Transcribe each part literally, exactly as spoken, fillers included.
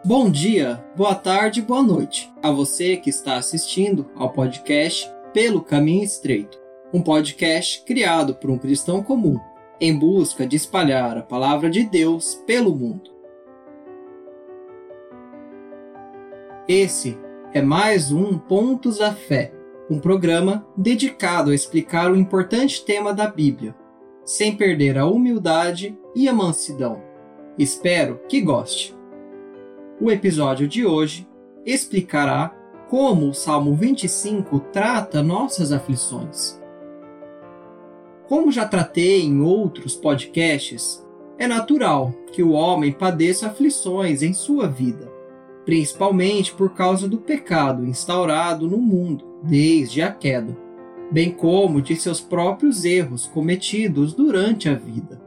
Bom dia, boa tarde, boa noite a você que está assistindo ao podcast Pelo Caminho Estreito, um podcast criado por um cristão comum em busca de espalhar a palavra de Deus pelo mundo. Esse é mais um Pontos da Fé, um programa dedicado a explicar o importante tema da Bíblia, sem perder a humildade e a mansidão. Espero que goste. O episódio de hoje explicará como o Salmo vinte e cinco trata nossas aflições. Como já tratei em outros podcasts, é natural que o homem padeça aflições em sua vida, principalmente por causa do pecado instaurado no mundo desde a queda, bem como de seus próprios erros cometidos durante a vida.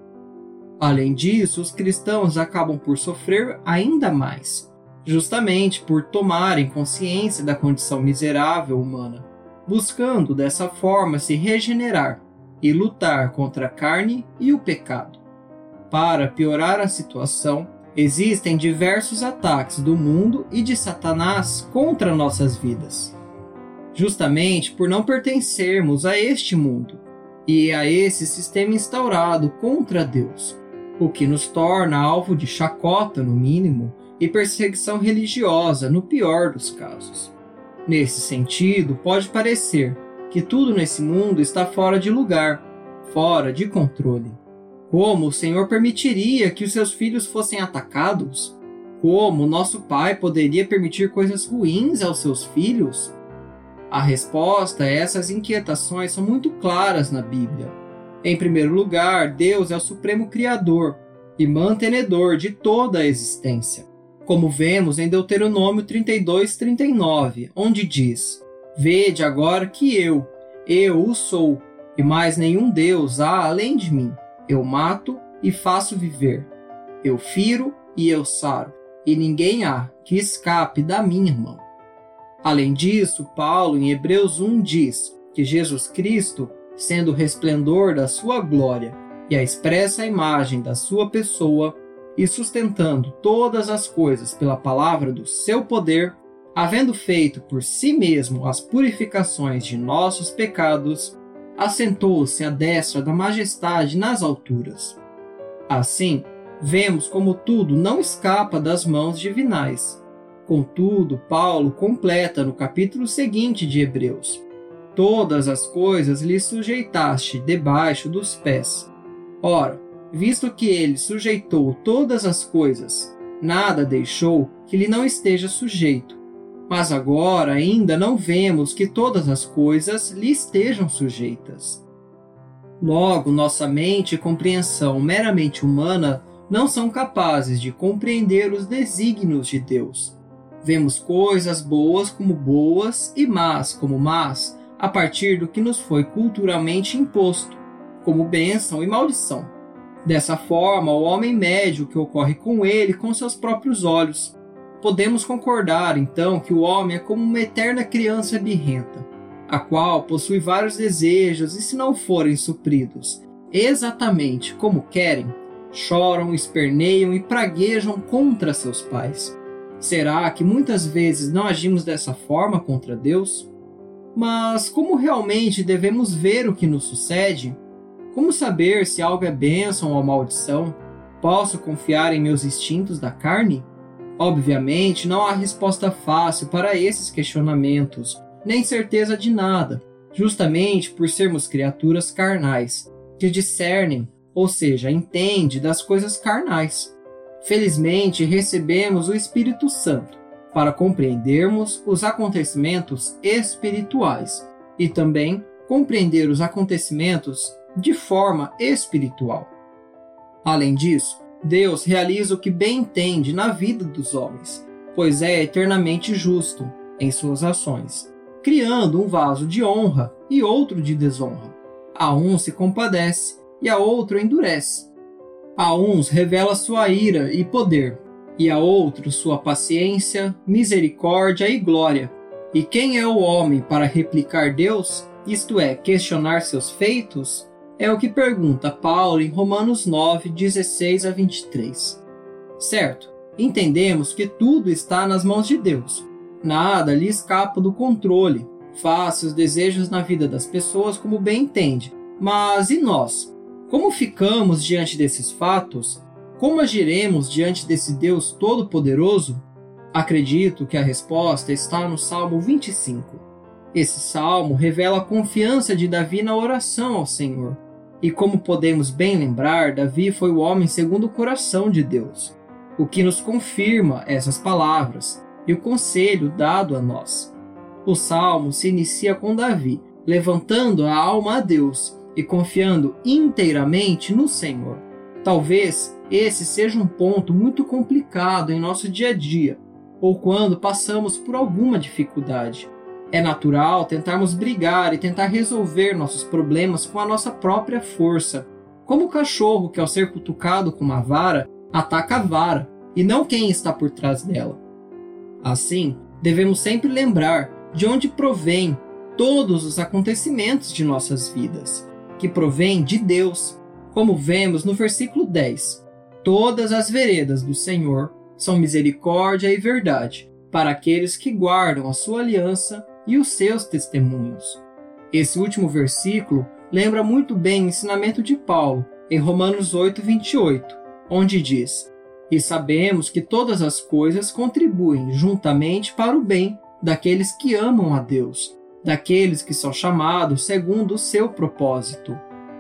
Além disso, os cristãos acabam por sofrer ainda mais, justamente por tomarem consciência da condição miserável humana, buscando dessa forma se regenerar e lutar contra a carne e o pecado. Para piorar a situação, existem diversos ataques do mundo e de Satanás contra nossas vidas, justamente por não pertencermos a este mundo e a esse sistema instaurado contra Deus, o que nos torna alvo de chacota, no mínimo, e perseguição religiosa, no pior dos casos. Nesse sentido, pode parecer que tudo nesse mundo está fora de lugar, fora de controle. Como o Senhor permitiria que os seus filhos fossem atacados? Como nosso Pai poderia permitir coisas ruins aos seus filhos? A resposta a essas inquietações são muito claras na Bíblia. Em primeiro lugar, Deus é o supremo Criador e mantenedor de toda a existência, como vemos em Deuteronômio trinta e dois, trinta e nove, onde diz: Vede agora que eu, eu o sou, e mais nenhum Deus há além de mim. Eu mato e faço viver. Eu firo e eu saro, e ninguém há que escape da minha mão. Além disso, Paulo, em Hebreus um, diz que Jesus Cristo, sendo o resplendor da sua glória e a expressa imagem da sua pessoa, e sustentando todas as coisas pela palavra do seu poder, havendo feito por si mesmo as purificações de nossos pecados, assentou-se à destra da majestade nas alturas. Assim, vemos como tudo não escapa das mãos divinais. Contudo, Paulo completa no capítulo seguinte de Hebreus: Todas as coisas lhe sujeitaste debaixo dos pés. Ora, visto que ele sujeitou todas as coisas, nada deixou que lhe não esteja sujeito. Mas agora ainda não vemos que todas as coisas lhe estejam sujeitas. Logo, nossa mente e compreensão meramente humana não são capazes de compreender os desígnios de Deus. Vemos coisas boas como boas e más como más, a partir do que nos foi culturalmente imposto, como bênção e maldição. Dessa forma, o homem mede o que ocorre com ele com seus próprios olhos. Podemos concordar, então, que o homem é como uma eterna criança birrenta, a qual possui vários desejos e, se não forem supridos exatamente como querem, choram, esperneiam e praguejam contra seus pais. Será que muitas vezes não agimos dessa forma contra Deus? Mas como realmente devemos ver o que nos sucede? Como saber se algo é bênção ou maldição? Posso confiar em meus instintos da carne? Obviamente, não há resposta fácil para esses questionamentos, nem certeza de nada, justamente por sermos criaturas carnais, que discernem, ou seja, entendem das coisas carnais. Felizmente, recebemos o Espírito Santo para compreendermos os acontecimentos espirituais e também compreender os acontecimentos de forma espiritual. Além disso, Deus realiza o que bem entende na vida dos homens, pois é eternamente justo em suas ações, criando um vaso de honra e outro de desonra. A um se compadece e a outro endurece. A uns revela sua ira e poder, e a outros sua paciência, misericórdia e glória. E quem é o homem para replicar Deus, isto é, questionar seus feitos? É o que pergunta Paulo em Romanos nove, dezesseis a vinte e três. Certo, entendemos que tudo está nas mãos de Deus. Nada lhe escapa do controle. Faça os desejos na vida das pessoas como bem entende. Mas e nós? Como ficamos diante desses fatos? Como agiremos diante desse Deus Todo-Poderoso? Acredito que a resposta está no Salmo vinte e cinco. Esse salmo revela a confiança de Davi na oração ao Senhor. E como podemos bem lembrar, Davi foi o homem segundo o coração de Deus, o que nos confirma essas palavras e o conselho dado a nós. O salmo se inicia com Davi, levantando a alma a Deus e confiando inteiramente no Senhor. Talvez esse seja um ponto muito complicado em nosso dia a dia, ou quando passamos por alguma dificuldade. É natural tentarmos brigar e tentar resolver nossos problemas com a nossa própria força, como o cachorro que, ao ser cutucado com uma vara, ataca a vara, e não quem está por trás dela. Assim, devemos sempre lembrar de onde provém todos os acontecimentos de nossas vidas, que provém de Deus, como vemos no versículo dez. Todas as veredas do Senhor são misericórdia e verdade para aqueles que guardam a sua aliança e os seus testemunhos. Esse último versículo lembra muito bem o ensinamento de Paulo em Romanos oito, vinte e oito, onde diz: E sabemos que todas as coisas contribuem juntamente para o bem daqueles que amam a Deus, daqueles que são chamados segundo o seu propósito.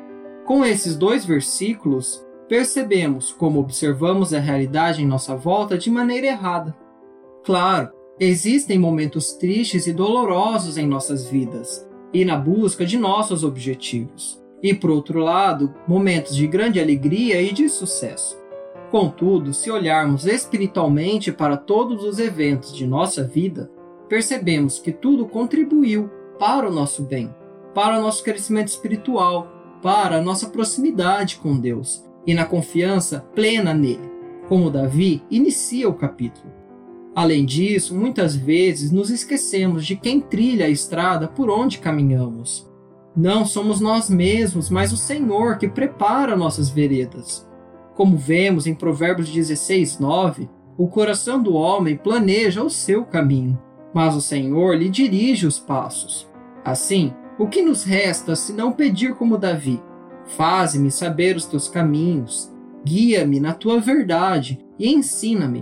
Com esses dois versículos, percebemos como observamos a realidade em nossa volta de maneira errada. Claro, existem momentos tristes e dolorosos em nossas vidas, e na busca de nossos objetivos. E, por outro lado, momentos de grande alegria e de sucesso. Contudo, se olharmos espiritualmente para todos os eventos de nossa vida, percebemos que tudo contribuiu para o nosso bem, para o nosso crescimento espiritual, para a nossa proximidade com Deus e na confiança plena nele, como Davi inicia o capítulo. Além disso, muitas vezes nos esquecemos de quem trilha a estrada por onde caminhamos. Não somos nós mesmos, mas o Senhor que prepara nossas veredas. Como vemos em Provérbios dezesseis, nove, o coração do homem planeja o seu caminho, mas o Senhor lhe dirige os passos. Assim, o que nos resta se não pedir como Davi? Faze-me saber os teus caminhos, guia-me na tua verdade e ensina-me.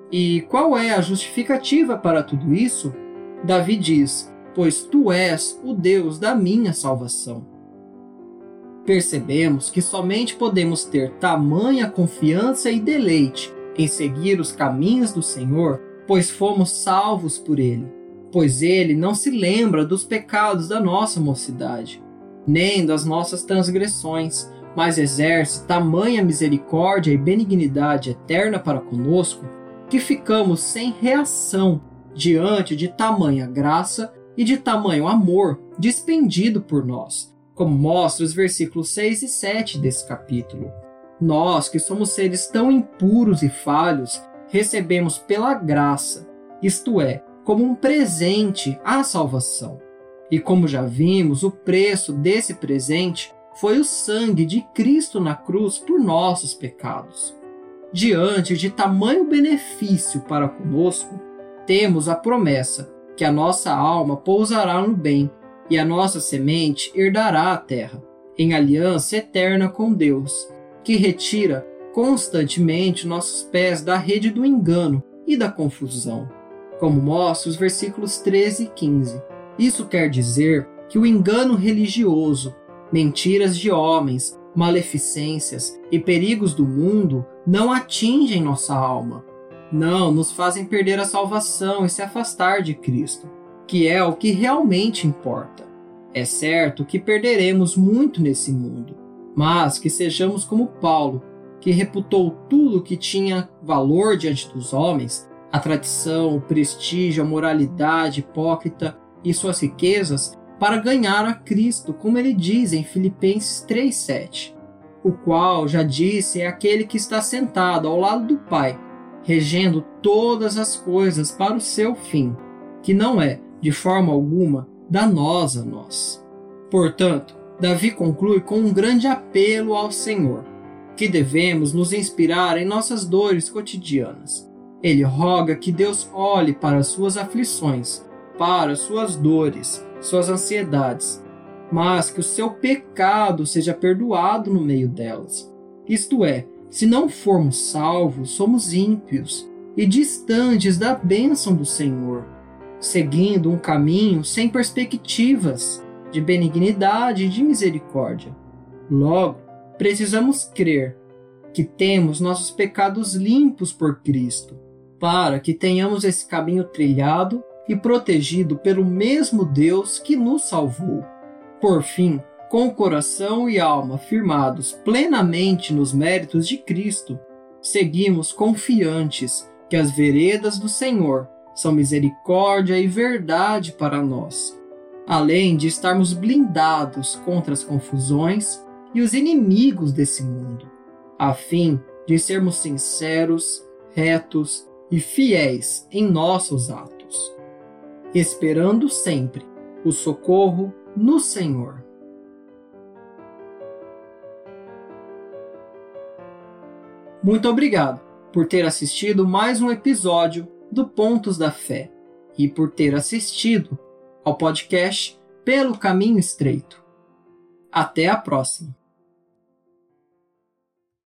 E qual é a justificativa para tudo isso? Davi diz: pois tu és o Deus da minha salvação. Percebemos que somente podemos ter tamanha confiança e deleite em seguir os caminhos do Senhor, pois fomos salvos por Ele, pois Ele não se lembra dos pecados da nossa mocidade, nem das nossas transgressões, mas exerce tamanha misericórdia e benignidade eterna para conosco, que ficamos sem reação diante de tamanha graça e de tamanho amor dispendido por nós, como mostra os versículos seis e sete desse capítulo. Nós, que somos seres tão impuros e falhos, recebemos pela graça, isto é, como um presente a salvação. E como já vimos, o preço desse presente foi o sangue de Cristo na cruz por nossos pecados. Diante de tamanho benefício para conosco, temos a promessa que a nossa alma pousará no bem e a nossa semente herdará a terra, em aliança eterna com Deus, que retira constantemente nossos pés da rede do engano e da confusão, como mostra os versículos treze e quinze. Isso quer dizer que o engano religioso, mentiras de homens, maleficências e perigos do mundo não atingem nossa alma. Não nos fazem perder a salvação e se afastar de Cristo, que é o que realmente importa. É certo que perderemos muito nesse mundo, mas que sejamos como Paulo, que reputou tudo que tinha valor diante dos homens, a tradição, o prestígio, a moralidade hipócrita e suas riquezas, para ganhar a Cristo, como ele diz em Filipenses três, sete, o qual, já disse, é aquele que está sentado ao lado do Pai, regendo todas as coisas para o seu fim, que não é, de forma alguma, danosa a nós. Portanto, Davi conclui com um grande apelo ao Senhor, que devemos nos inspirar em nossas dores cotidianas. Ele roga que Deus olhe para as suas aflições, para as suas dores, suas ansiedades, mas que o seu pecado seja perdoado no meio delas. Isto é, se não formos salvos, somos ímpios e distantes da bênção do Senhor, seguindo um caminho sem perspectivas de benignidade e de misericórdia. Logo, precisamos crer que temos nossos pecados limpos por Cristo, para que tenhamos esse caminho trilhado e protegido pelo mesmo Deus que nos salvou. Por fim, com o coração e alma firmados plenamente nos méritos de Cristo, seguimos confiantes que as veredas do Senhor são misericórdia e verdade para nós, além de estarmos blindados contra as confusões e os inimigos desse mundo, a fim de sermos sinceros, retos e fiéis em nossos atos, esperando sempre o socorro no Senhor. Muito obrigado por ter assistido mais um episódio do Pontos da Fé e por ter assistido ao podcast Pelo Caminho Estreito. Até a próxima!